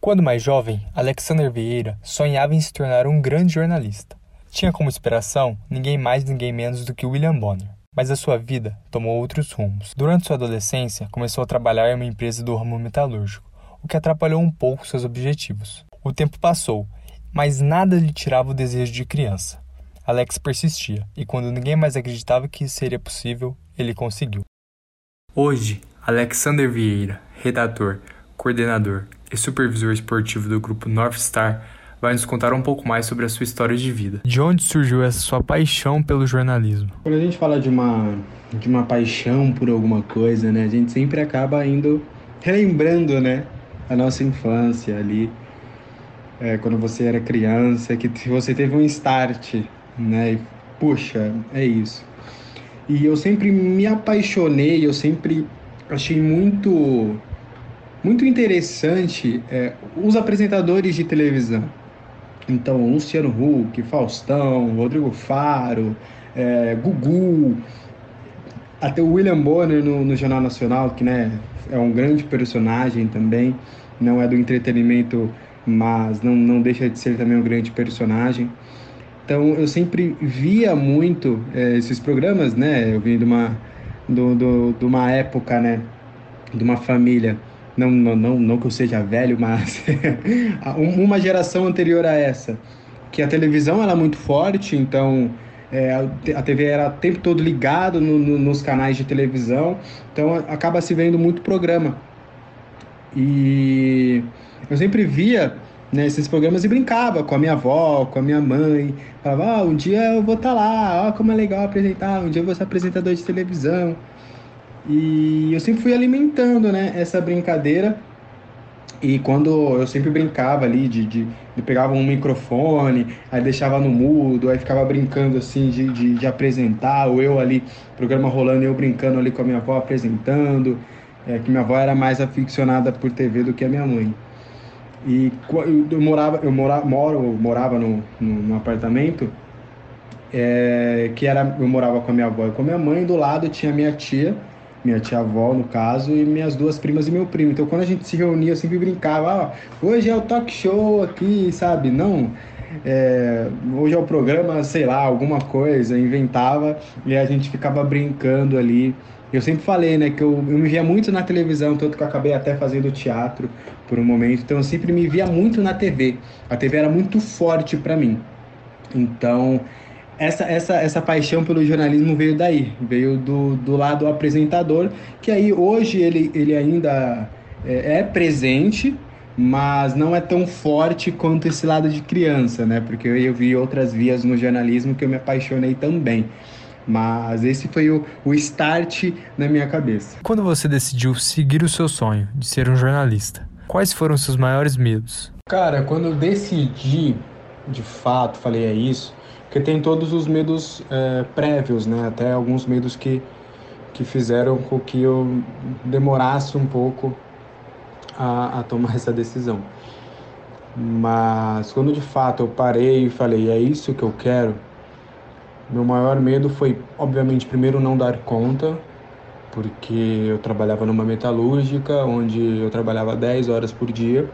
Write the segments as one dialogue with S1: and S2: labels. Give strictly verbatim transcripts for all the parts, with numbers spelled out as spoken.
S1: Quando mais jovem, Alexander Vieira sonhava em se tornar um grande jornalista. Tinha como inspiração ninguém mais ninguém menos do que William Bonner. Mas a sua vida tomou outros rumos. Durante sua adolescência, começou a trabalhar em uma empresa do ramo metalúrgico, o que atrapalhou um pouco seus objetivos. O tempo passou, mas nada lhe tirava o desejo de criança. Alex persistia, e quando ninguém mais acreditava que isso seria possível, ele conseguiu. Hoje, Alexander Vieira, redator, coordenador e supervisor esportivo do grupo North Star, vai nos contar um pouco mais sobre a sua história de vida. De onde surgiu essa sua paixão pelo jornalismo?
S2: Quando a gente fala de uma, de uma paixão por alguma coisa, né, a gente sempre acaba indo relembrando, né, a nossa infância ali, é, quando você era criança, que você teve um start, né, e, puxa, é isso. E eu sempre me apaixonei, eu sempre achei muito, muito interessante é, os apresentadores de televisão. Então, Luciano Huck, Faustão, Rodrigo Faro, é, Gugu, até o William Bonner no, no Jornal Nacional, que, né, é um grande personagem também, não é do entretenimento, mas não, não deixa de ser também um grande personagem. Então, eu sempre via muito é, esses programas, né? Eu vim de uma, do, do, de uma época, né? De uma família, não, não, não, não que eu seja velho, mas uma geração anterior a essa, que a televisão era muito forte, então é, a T V era o tempo todo ligado no, no, nos canais de televisão, então acaba se vendo muito programa. E eu sempre via, né, esses programas e brincava com a minha avó, com a minha mãe, falava, ah, um dia eu vou estar lá, ó, como é legal apresentar, um dia eu vou ser apresentador de televisão. E eu sempre fui alimentando, né, essa brincadeira. E quando eu sempre brincava ali, de, de, de pegava um microfone, aí deixava no mudo, aí ficava brincando assim de, de, de apresentar, ou eu ali, programa rolando, eu brincando ali com a minha avó apresentando, é, que minha avó era mais aficionada por T V do que a minha mãe. E eu morava, eu morava, moro, morava no, no, no apartamento, é, que era, eu morava com a minha avó e com a minha mãe, do lado tinha minha tia, minha tia-avó, no caso, e minhas duas primas e meu primo. Então, quando a gente se reunia, eu sempre brincava, ó, hoje é o talk show aqui, sabe? Não, é, hoje é o programa, sei lá, alguma coisa, inventava, e a gente ficava brincando ali. Eu sempre falei, né, que eu, eu me via muito na televisão, tanto que eu acabei até fazendo teatro por um momento, então eu sempre me via muito na T V. A T V era muito forte para mim. Então, essa, essa, essa paixão pelo jornalismo veio daí, veio do, do lado apresentador, que aí hoje ele, ele ainda é, é presente, mas não é tão forte quanto esse lado de criança, né? Porque eu, eu vi outras vias no jornalismo que eu me apaixonei também. Mas esse foi o, o start na minha cabeça.
S1: Quando você decidiu seguir o seu sonho de ser um jornalista, quais foram os seus maiores medos?
S2: Cara, quando eu decidi, de fato, falei é isso, porque tem todos os medos é, prévios, né? Até alguns medos que, que fizeram com que eu demorasse um pouco a, a tomar essa decisão. Mas quando de fato eu parei e falei, é isso que eu quero, meu maior medo foi, obviamente, primeiro não dar conta, porque eu trabalhava numa metalúrgica, onde eu trabalhava dez horas por dia.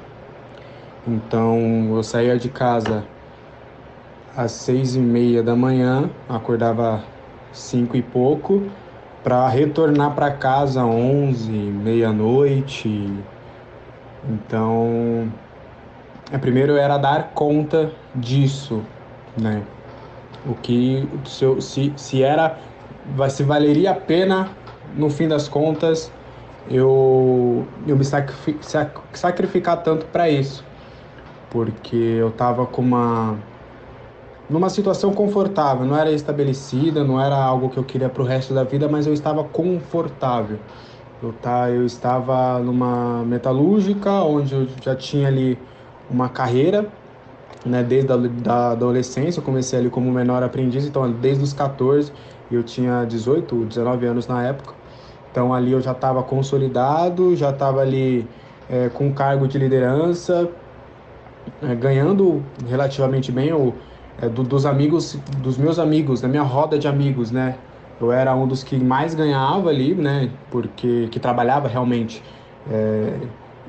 S2: Então eu saía de casa às seis e meia da manhã, acordava cinco e pouco, para retornar para casa onze, meia-noite. Então, é, primeiro era dar conta disso, né? O que se, se, se era, se valeria a pena, no fim das contas, eu, eu me sacrificar tanto para isso, porque eu tava com uma numa situação confortável, não era estabelecida, não era algo que eu queria para o resto da vida, mas eu estava confortável. Eu, tá, eu estava numa metalúrgica, onde eu já tinha ali uma carreira, né, desde a da adolescência. Eu comecei ali como menor aprendiz, então desde os catorze, eu tinha dezoito, dezenove anos na época. Então ali eu já estava consolidado, já estava ali é, com cargo de liderança, é, ganhando relativamente bem. Eu, é, do, dos amigos, dos meus amigos, da minha roda de amigos, né? Eu era um dos que mais ganhava ali, né? Porque que trabalhava realmente é,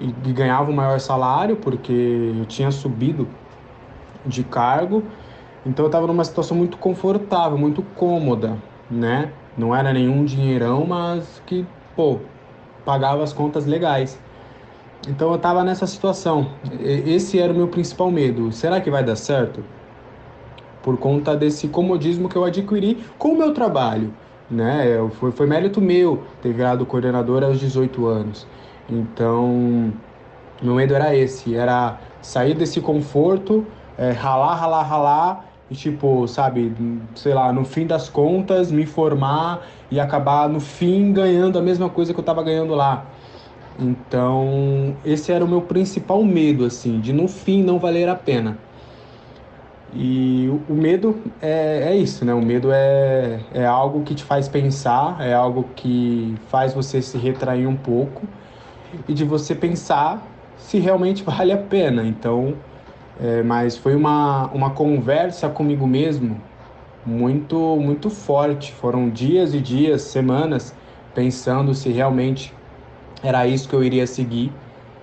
S2: e, e ganhava um maior salário, porque eu tinha subido de cargo, então eu estava numa situação muito confortável, muito cômoda, né? Não era nenhum dinheirão, mas que, pô, pagava as contas legais. Então eu estava nessa situação. Esse era o meu principal medo. Será que vai dar certo? Por conta desse comodismo que eu adquiri com o meu trabalho, né? Eu, foi, foi mérito meu ter virado coordenador aos dezoito anos. Então, meu medo era esse, era sair desse conforto, é, ralar, ralar, ralar e tipo, sabe, sei lá, no fim das contas, me formar e acabar no fim ganhando a mesma coisa que eu estava ganhando lá. Então, esse era o meu principal medo, assim, de no fim não valer a pena. E o medo é, é isso, né? O medo é, é algo que te faz pensar, é algo que faz você se retrair um pouco e de você pensar se realmente vale a pena. Então, é, mas foi uma, uma conversa comigo mesmo muito, muito forte. Foram dias e dias, semanas, pensando se realmente era isso que eu iria seguir.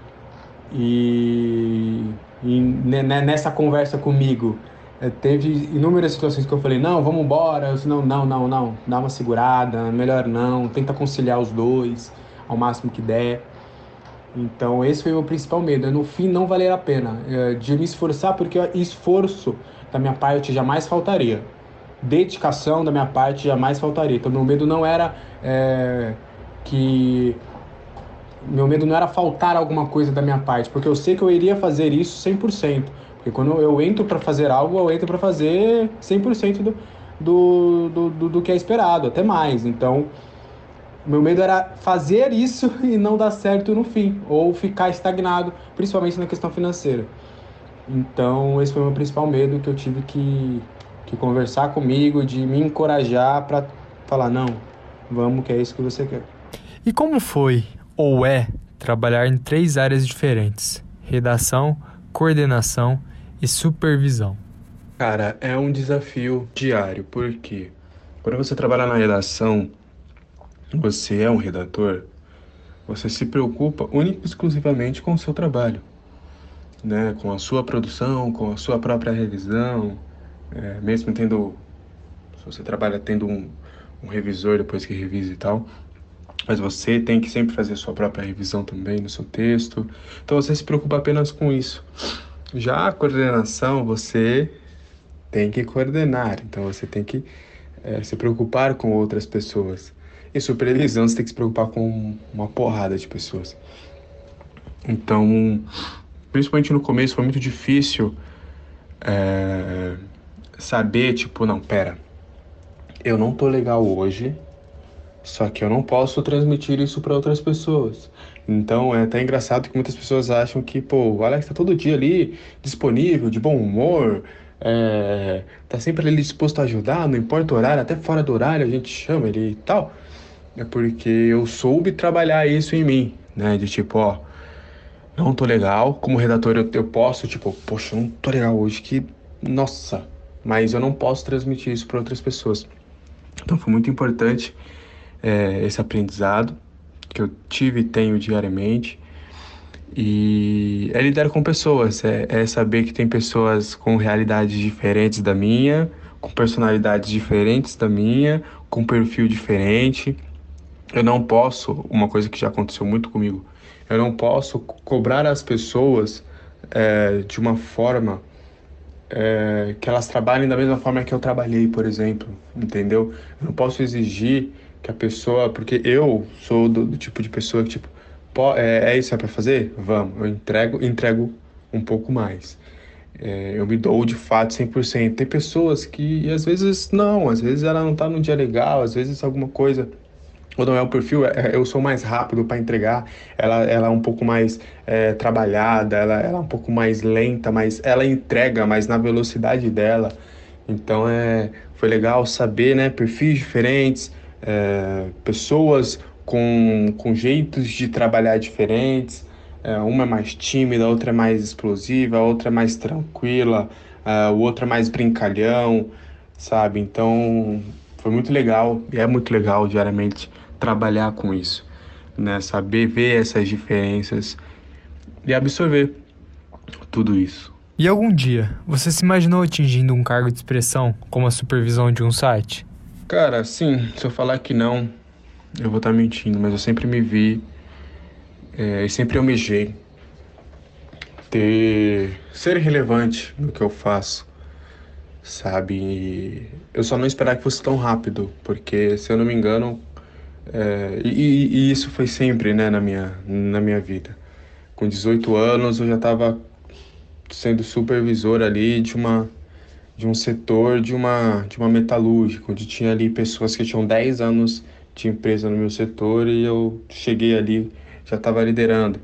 S2: E, e nessa conversa comigo, eh, teve inúmeras situações que eu falei, não, vamos embora. Eu disse, não, não, não, não, dá uma segurada, melhor não, tenta conciliar os dois ao máximo que der. Então esse foi o meu principal medo, é no fim não valer a pena, é, de me esforçar, porque esforço da minha parte jamais faltaria, dedicação da minha parte jamais faltaria. Então meu medo não era é, que meu medo não era faltar alguma coisa da minha parte, porque eu sei que eu iria fazer isso cem por cento. Porque quando eu entro para fazer algo, eu entro para fazer cem por cento do, do, do, do, do que é esperado, até mais. Então, meu medo era fazer isso e não dar certo no fim, ou ficar estagnado, principalmente na questão financeira. Então, esse foi o meu principal medo, que eu tive que, que conversar comigo, de me encorajar para falar, não, vamos, que é isso que você quer.
S1: E como foi, ou é, trabalhar em três áreas diferentes: redação, coordenação e supervisão?
S2: Cara, é um desafio diário, porque quando você trabalha na redação, você é um redator, você se preocupa única e exclusivamente com o seu trabalho, né? Com a sua produção, com a sua própria revisão, é, mesmo tendo, se você trabalha tendo um, um revisor depois que revisa e tal, mas você tem que sempre fazer a sua própria revisão também no seu texto, então você se preocupa apenas com isso. Já a coordenação, você tem que coordenar, então você tem que é, se preocupar com outras pessoas. E supervisão, você tem que se preocupar com uma porrada de pessoas. Então, principalmente no começo, foi muito difícil é, saber, tipo, não, pera, eu não tô legal hoje, só que eu não posso transmitir isso para outras pessoas. Então é até engraçado que muitas pessoas acham que, pô, o Alex tá todo dia ali, disponível, de bom humor, é, tá sempre ali disposto a ajudar, não importa o horário, até fora do horário a gente chama ele e tal. É porque eu soube trabalhar isso em mim, né? De tipo, ó, não tô legal, como redator eu, eu posso, tipo, poxa, eu não tô legal hoje, que, nossa, mas eu não posso transmitir isso para outras pessoas. Então foi muito importante é, esse aprendizado que eu tive e tenho diariamente. E é lidar com pessoas, é, é saber que tem pessoas com realidades diferentes da minha, com personalidades diferentes da minha, com perfil diferente. Eu não posso, uma coisa que já aconteceu muito comigo, eu não posso cobrar as pessoas é, de uma forma é, que elas trabalhem da mesma forma que eu trabalhei, por exemplo, entendeu? Eu não posso exigir que a pessoa, porque eu sou do, do tipo de pessoa que, tipo, pô, é, é isso que é pra fazer? Vamos, eu entrego, entrego um pouco mais. É, eu me dou de fato cem por cento. Tem pessoas que, às vezes, não, às vezes ela não tá num dia legal, às vezes alguma coisa ou não é o perfil, é- eu sou mais rápido para entregar, ela, ela é um pouco mais é, trabalhada, ela, ela é um pouco mais lenta, mas ela entrega mais na velocidade dela. Então é, foi legal saber, né, perfis diferentes, é, pessoas com, com jeitos de trabalhar diferentes. É, uma é mais tímida, a outra é mais explosiva, a outra é mais tranquila, é, o outro é mais brincalhão, sabe? Então foi muito legal e é muito legal diariamente trabalhar com isso, né? Saber ver essas diferenças e absorver tudo isso.
S1: E algum dia, você se imaginou atingindo um cargo de expressão, como a supervisão de um site?
S2: Cara, sim, se eu falar que não, eu vou estar mentindo, mas eu sempre me vi, é, e sempre almejei ter, ser relevante no que eu faço, sabe? E eu só não esperava que fosse tão rápido, porque, se eu não me engano, é, e, e isso foi sempre, né, na minha, na minha vida. Com dezoito anos, eu já estava sendo supervisor ali de uma de um setor de uma de uma metalúrgica, onde tinha ali pessoas que tinham dez anos de empresa no meu setor e eu cheguei ali, já estava liderando.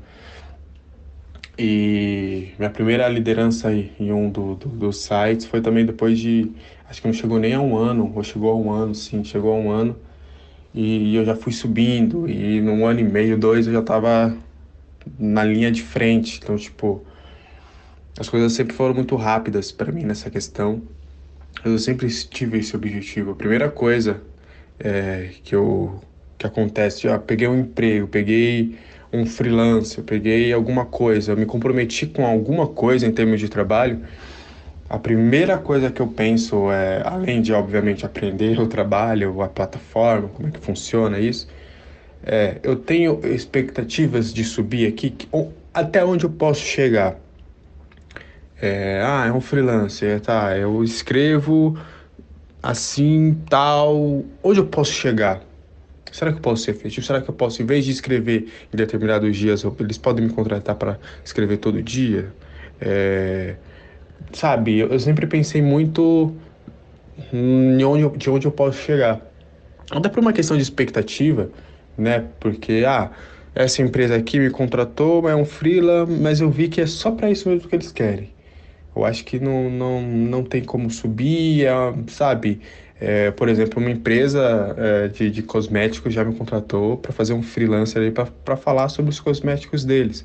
S2: E minha primeira liderança aí em um do, do- dos sites foi também depois de, acho que não chegou nem a um ano, ou chegou a um ano, sim, chegou a um ano. E eu já fui subindo, e num ano e meio, dois, eu já estava na linha de frente. Então, tipo, as coisas sempre foram muito rápidas para mim nessa questão. Eu sempre tive esse objetivo. A primeira coisa é, que eu que acontece, já peguei um emprego, peguei um freelance, eu peguei alguma coisa, eu me comprometi com alguma coisa em termos de trabalho. A primeira coisa que eu penso é, além de obviamente aprender o trabalho, a plataforma, como é que funciona isso, é, eu tenho expectativas de subir aqui, que- ou- até onde eu posso chegar. É, ah, é um freelancer, tá? Eu escrevo assim, tal. Onde eu posso chegar? Será que eu posso ser efetivo? Será que eu posso, em vez de escrever em determinados dias, eu- eles podem me contratar para escrever todo dia? É, sabe, eu eu sempre pensei muito em onde, eu- de onde eu posso chegar. Até por uma questão de expectativa, né? Porque, ah, essa empresa aqui me contratou, é um freela, mas eu vi que é só para isso mesmo que eles querem. Eu acho que não, não, não tem como subir, é, sabe? É, por exemplo, uma empresa é, de, de cosméticos já me contratou para fazer um freelancer aí para falar sobre os cosméticos deles.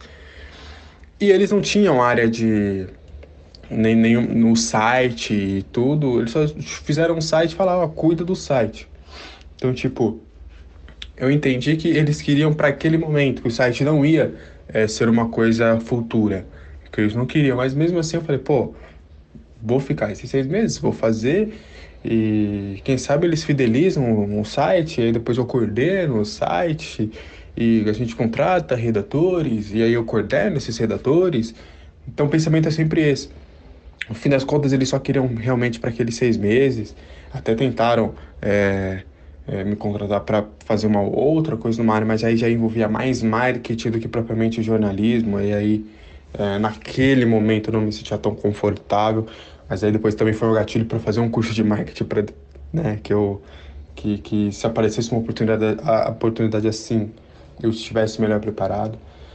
S2: E eles não tinham área de nem, nem no site e tudo, eles só fizeram um site e falaram, ó, cuida do site. Então, tipo, eu entendi que eles queriam para aquele momento, que o site não ia é, ser uma coisa futura, que eles não queriam, mas mesmo assim eu falei, pô, vou ficar esses seis meses, vou fazer e quem sabe eles fidelizam o site, aí depois eu coordeno o site e a gente contrata redatores e aí eu coordeno esses redatores. Então o pensamento é sempre esse. No fim das contas, eles só queriam realmente para aqueles seis meses. Até tentaram é, é, me contratar para fazer uma outra coisa numa área, mas aí já envolvia mais marketing do que propriamente jornalismo. E aí, é, naquele momento, eu não me sentia tão confortável. Mas aí depois também foi o gatilho para fazer um curso de marketing para, né, que eu que, que se aparecesse uma oportunidade, a a oportunidade assim, eu estivesse melhor preparado.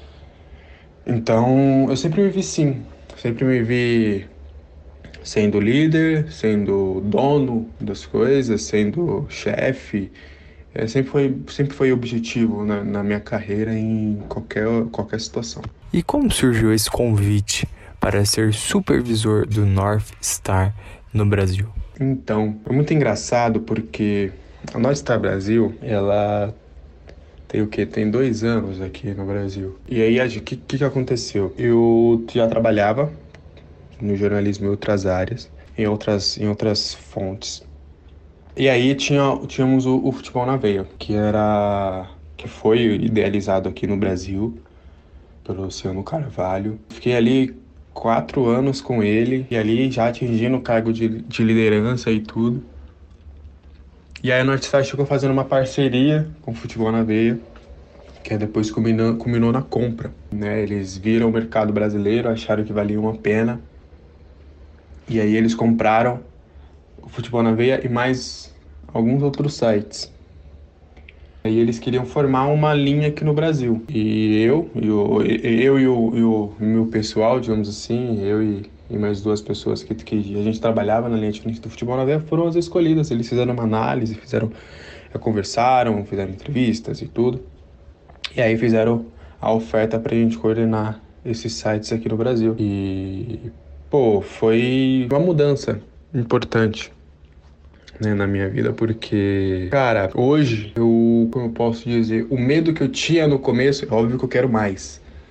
S2: Então, eu sempre me vi sim, sempre me vi sendo líder, sendo dono das coisas, sendo chefe. É, sempre foi, sempre foi objetivo na, na minha carreira em qualquer, qualquer situação.
S1: E como surgiu esse convite para ser supervisor do North Star no Brasil?
S2: Então, é muito engraçado porque a North Star Brasil, ela tem o quê? Tem dois anos aqui no Brasil. E aí, o que, que que aconteceu? Eu já trabalhava no jornalismo em outras áreas, em outras, em outras fontes. E aí tinha, tínhamos o, o Futebol na Veia, que era que foi idealizado aqui no Brasil pelo Luciano Carvalho. Fiquei ali quatro anos com ele e ali já atingindo o cargo de, de liderança e tudo. E aí a Northstar chegou fazendo uma parceria com o Futebol na Veia, que aí depois culminou, culminou na compra, né? Eles viram o mercado brasileiro, acharam que valia uma pena e aí eles compraram o Futebol na Veia e mais alguns outros sites. Aí eles queriam formar uma linha aqui no Brasil. E eu, e o, eu e o, e o meu pessoal, digamos assim, eu e, e mais duas pessoas que, que a gente trabalhava na linha de frente do Futebol na Veia foram as escolhidas. Eles fizeram uma análise, fizeram, eh, conversaram, fizeram entrevistas e tudo. E aí fizeram a oferta pra gente coordenar esses sites aqui no Brasil. E, pô, foi uma mudança importante, né, na minha vida, porque, cara, hoje eu, como eu posso dizer, o medo que eu tinha no começo, é óbvio que eu quero mais,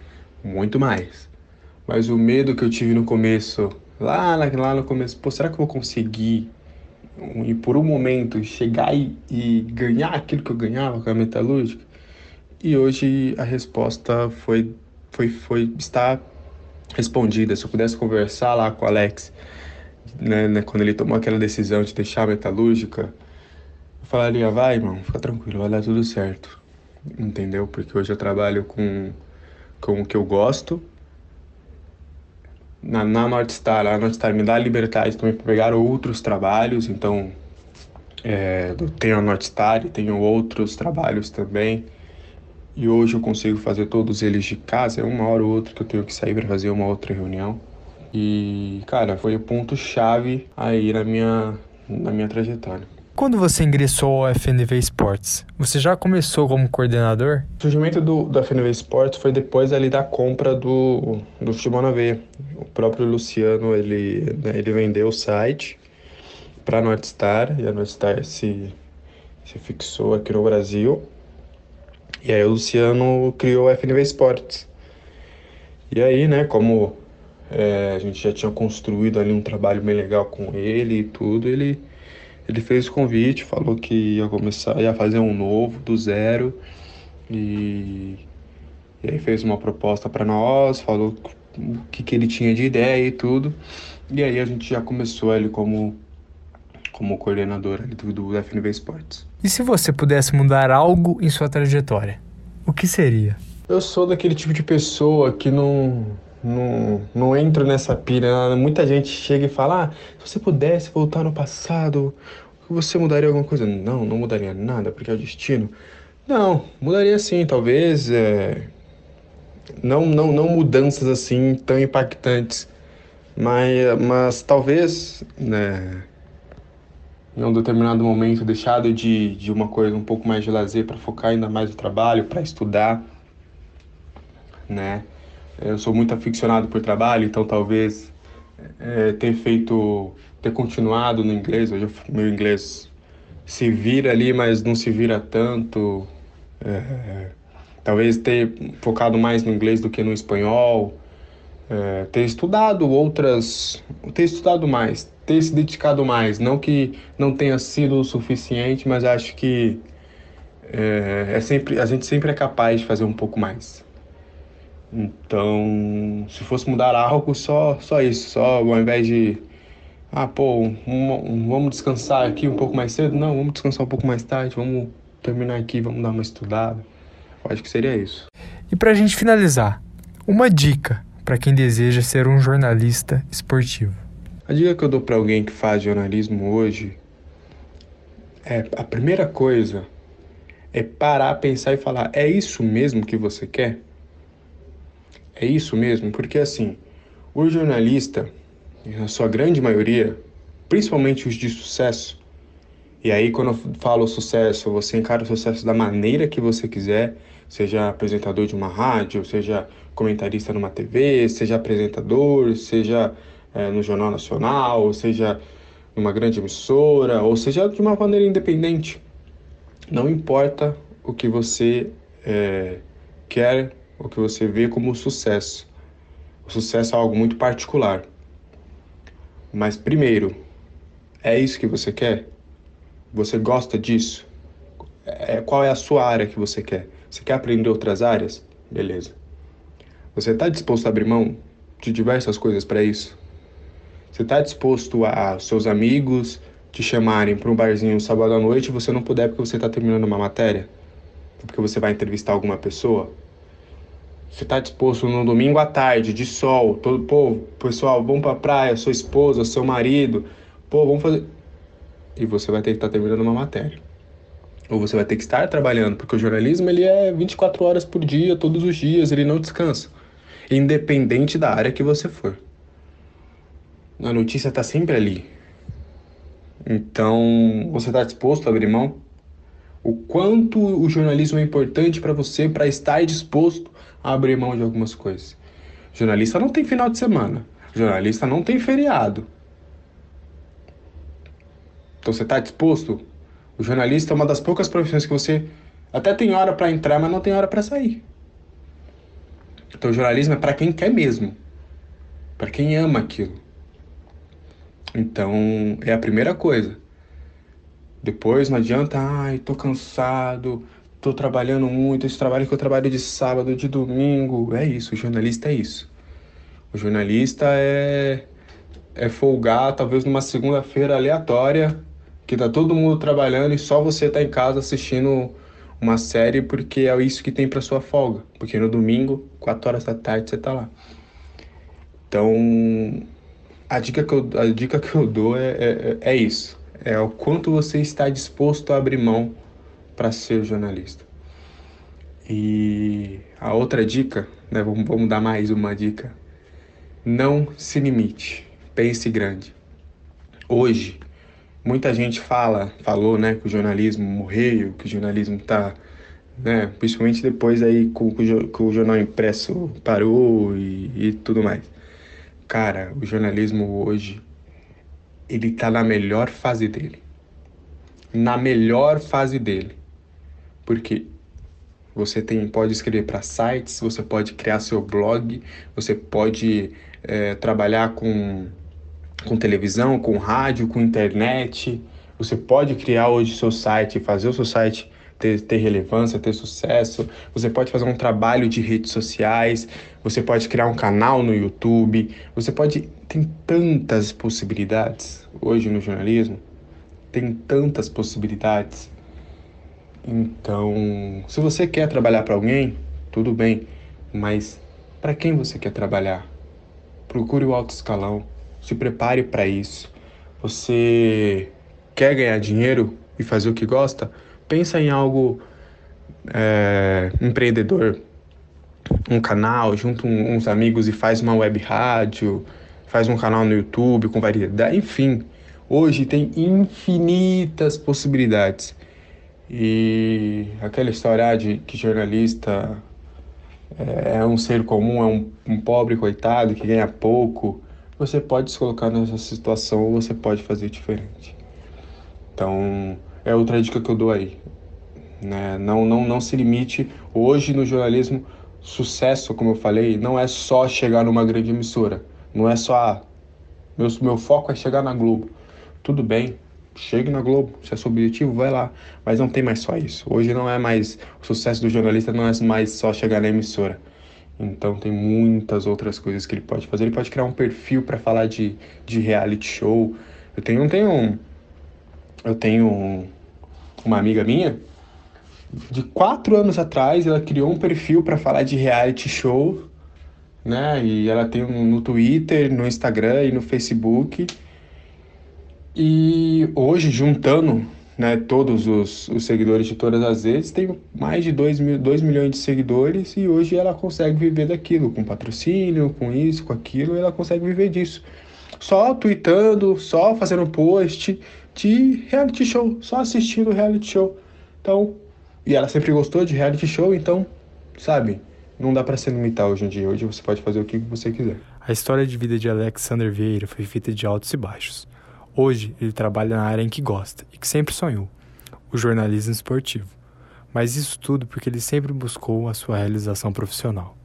S2: muito mais. Mas o medo que eu tive no começo, lá, na- lá no começo, pô, será que eu vou conseguir, um, e por um momento, chegar e, e ganhar aquilo que eu ganhava com a metalúrgica? E hoje a resposta foi, foi, foi, está respondida. Se eu pudesse conversar lá com o Alex, né, né, quando ele tomou aquela decisão de deixar a metalúrgica, eu falaria, vai, irmão, fica tranquilo, vai dar tudo certo. Entendeu? Porque hoje eu trabalho com, com o que eu gosto. Na, na Northstar, a Northstar me dá a liberdade também para pegar outros trabalhos, então é, eu tenho a Northstar e tenho outros trabalhos também. E hoje eu consigo fazer todos eles de casa, é uma hora ou outra que eu tenho que sair para fazer uma outra reunião. E, cara, foi o ponto-chave aí na minha, na minha trajetória.
S1: Quando você ingressou ao F N V Sports, você já começou como coordenador?
S2: O surgimento do, do F N V Sports foi depois ali da compra do, do Futebol na Veia. O próprio Luciano, ele, né, ele vendeu o site para a Northstar, e a Northstar se, se fixou aqui no Brasil. E aí o Luciano criou o F N V Sports. E aí, né, como é, a gente já tinha construído ali um trabalho bem legal com ele e tudo, ele, ele fez o convite, falou que ia começar, ia fazer um novo, do zero, e, e aí fez uma proposta para nós, falou o que, que ele tinha de ideia e tudo, e aí a gente já começou ele como, como coordenador ali do, do F N V Sports.
S1: E se você pudesse mudar algo em sua trajetória, o que seria?
S2: Eu sou daquele tipo de pessoa que não, não, não entro nessa pira, né? Muita gente chega e fala, ah, se você pudesse voltar no passado, você mudaria alguma coisa? Não, não mudaria nada, porque é o destino. Não, mudaria sim, talvez, é, não, não, não mudanças assim tão impactantes, mas, mas talvez, né, em um determinado momento deixado de, de uma coisa um pouco mais de lazer para focar ainda mais no trabalho, para estudar, né? Eu sou muito aficionado por trabalho, então talvez é, ter feito, ter continuado no inglês. Hoje eu- meu inglês se vira ali, mas não se vira tanto. É, talvez ter focado mais no inglês do que no espanhol. É, ter estudado outras, ter estudado mais, ter se dedicado mais. Não que não tenha sido o suficiente, mas acho que é, é sempre, a gente sempre é capaz de fazer um pouco mais. Então, se fosse mudar algo, só, só isso, só ao invés de, ah, pô, um- um- vamos descansar aqui um pouco mais cedo, não, vamos descansar um pouco mais tarde, vamos terminar aqui, vamos dar uma estudada. Eu acho que seria isso.
S1: E para a gente finalizar, uma dica para quem deseja ser um jornalista esportivo.
S2: A dica que eu dou para alguém que faz jornalismo hoje é, a primeira coisa é parar, pensar e falar, é isso mesmo que você quer? É isso mesmo? Porque assim, o jornalista, na sua grande maioria, principalmente os de sucesso, e aí, quando eu falo sucesso, você encara o sucesso da maneira que você quiser, seja apresentador de uma rádio, seja comentarista numa T V, seja apresentador, seja é, no Jornal Nacional, seja numa grande emissora, ou seja de uma maneira independente. Não importa o que você é, quer, o que você vê como sucesso. O sucesso é algo muito particular. Mas, primeiro, é isso que você quer? Você gosta disso? É, qual é a sua área que você quer? Você quer aprender outras áreas? Beleza. Você está disposto a abrir mão de diversas coisas para isso? Você está disposto a seus amigos te chamarem para um barzinho sábado à noite e você não puder porque você está terminando uma matéria? Ou porque você vai entrevistar alguma pessoa? Você está disposto no domingo à tarde, de sol, todo, pô, pessoal, vamos para a praia, sua esposa, seu marido, pô, vamos fazer... E você vai ter que estar terminando uma matéria. Ou você vai ter que estar trabalhando, porque o jornalismo ele é vinte e quatro horas por dia, todos os dias, ele não descansa, independente da área que você for. A notícia está sempre ali. Então, você está disposto a abrir mão? O quanto o jornalismo é importante para você para estar disposto a abrir mão de algumas coisas. Jornalista não tem final de semana. Jornalista não tem feriado. Então, você está disposto? O jornalista é uma das poucas profissões que você até tem hora para entrar, mas não tem hora para sair. Então, o jornalismo é para quem quer mesmo, para quem ama aquilo. Então, é a primeira coisa. Depois não adianta, ai, tô cansado, tô trabalhando muito, esse trabalho que eu trabalho de sábado, de domingo. É isso, o jornalista é isso. O jornalista é, é folgar, talvez numa segunda-feira aleatória, que tá todo mundo trabalhando e só você tá em casa assistindo uma série porque é isso que tem pra sua folga. Porque no domingo, quatro horas da tarde, você tá lá. Então, a dica que eu, a dica que eu dou é, é, é isso. É o quanto você está disposto a abrir mão para ser jornalista. E a outra dica, né, vamos, vamos dar mais uma dica. Não se limite, pense grande. Hoje, muita gente fala, falou, né, que o jornalismo morreu, que o jornalismo tá, né, principalmente depois aí que o, que o jornal impresso parou e, e tudo mais. Cara, o jornalismo hoje, ele tá na melhor fase dele. Na melhor fase dele. Porque você tem, pode escrever para sites, você pode criar seu blog, você pode é, trabalhar com, com televisão, com rádio, com internet. Você pode criar hoje seu site, fazer o seu site ter, ter relevância, ter sucesso. Você pode fazer um trabalho de redes sociais, você pode criar um canal no YouTube. Você pode... Tem tantas possibilidades hoje no jornalismo. Tem tantas possibilidades. Então, se você quer trabalhar para alguém, tudo bem, mas para quem você quer trabalhar? Procure o alto escalão, se prepare para isso. Você quer ganhar dinheiro e fazer o que gosta? Pensa em algo é, empreendedor, um canal, junta um, uns amigos e faz uma web rádio, faz um canal no YouTube com variedade, enfim. Hoje tem infinitas possibilidades. E aquela história de que jornalista é, é um ser comum, é um, um pobre coitado que ganha pouco, você pode se colocar nessa situação ou você pode fazer diferente. Então, é outra dica que eu dou aí, né? Não, não, não se limite. Hoje no jornalismo, sucesso, como eu falei, não é só chegar numa grande emissora. Não é só, ah, meu, meu foco é chegar na Globo. Tudo bem, chegue na Globo, se é seu objetivo, vai lá. Mas não tem mais só isso. Hoje não é mais... O sucesso do jornalista não é mais só chegar na emissora. Então tem muitas outras coisas que ele pode fazer. Ele pode criar um perfil para falar de, de reality show. Eu tenho, tenho, um, eu tenho um, uma amiga minha, de quatro anos atrás, ela criou um perfil para falar de reality show, né? E ela tem um no Twitter, no Instagram e no Facebook. E hoje, juntando, né, todos os, os seguidores de todas as redes, tem mais de dois mil, dois milhões de seguidores e hoje ela consegue viver daquilo, com patrocínio, com isso, com aquilo, e ela consegue viver disso. Só tweetando, só fazendo post de reality show, só assistindo reality show. Então, e ela sempre gostou de reality show, então, sabe, não dá pra se limitar hoje em dia. Hoje você pode fazer o que você quiser.
S1: A história de vida de Alexander Vieira foi feita de altos e baixos. Hoje, ele trabalha na área em que gosta e que sempre sonhou, o jornalismo esportivo. Mas isso tudo porque ele sempre buscou a sua realização profissional.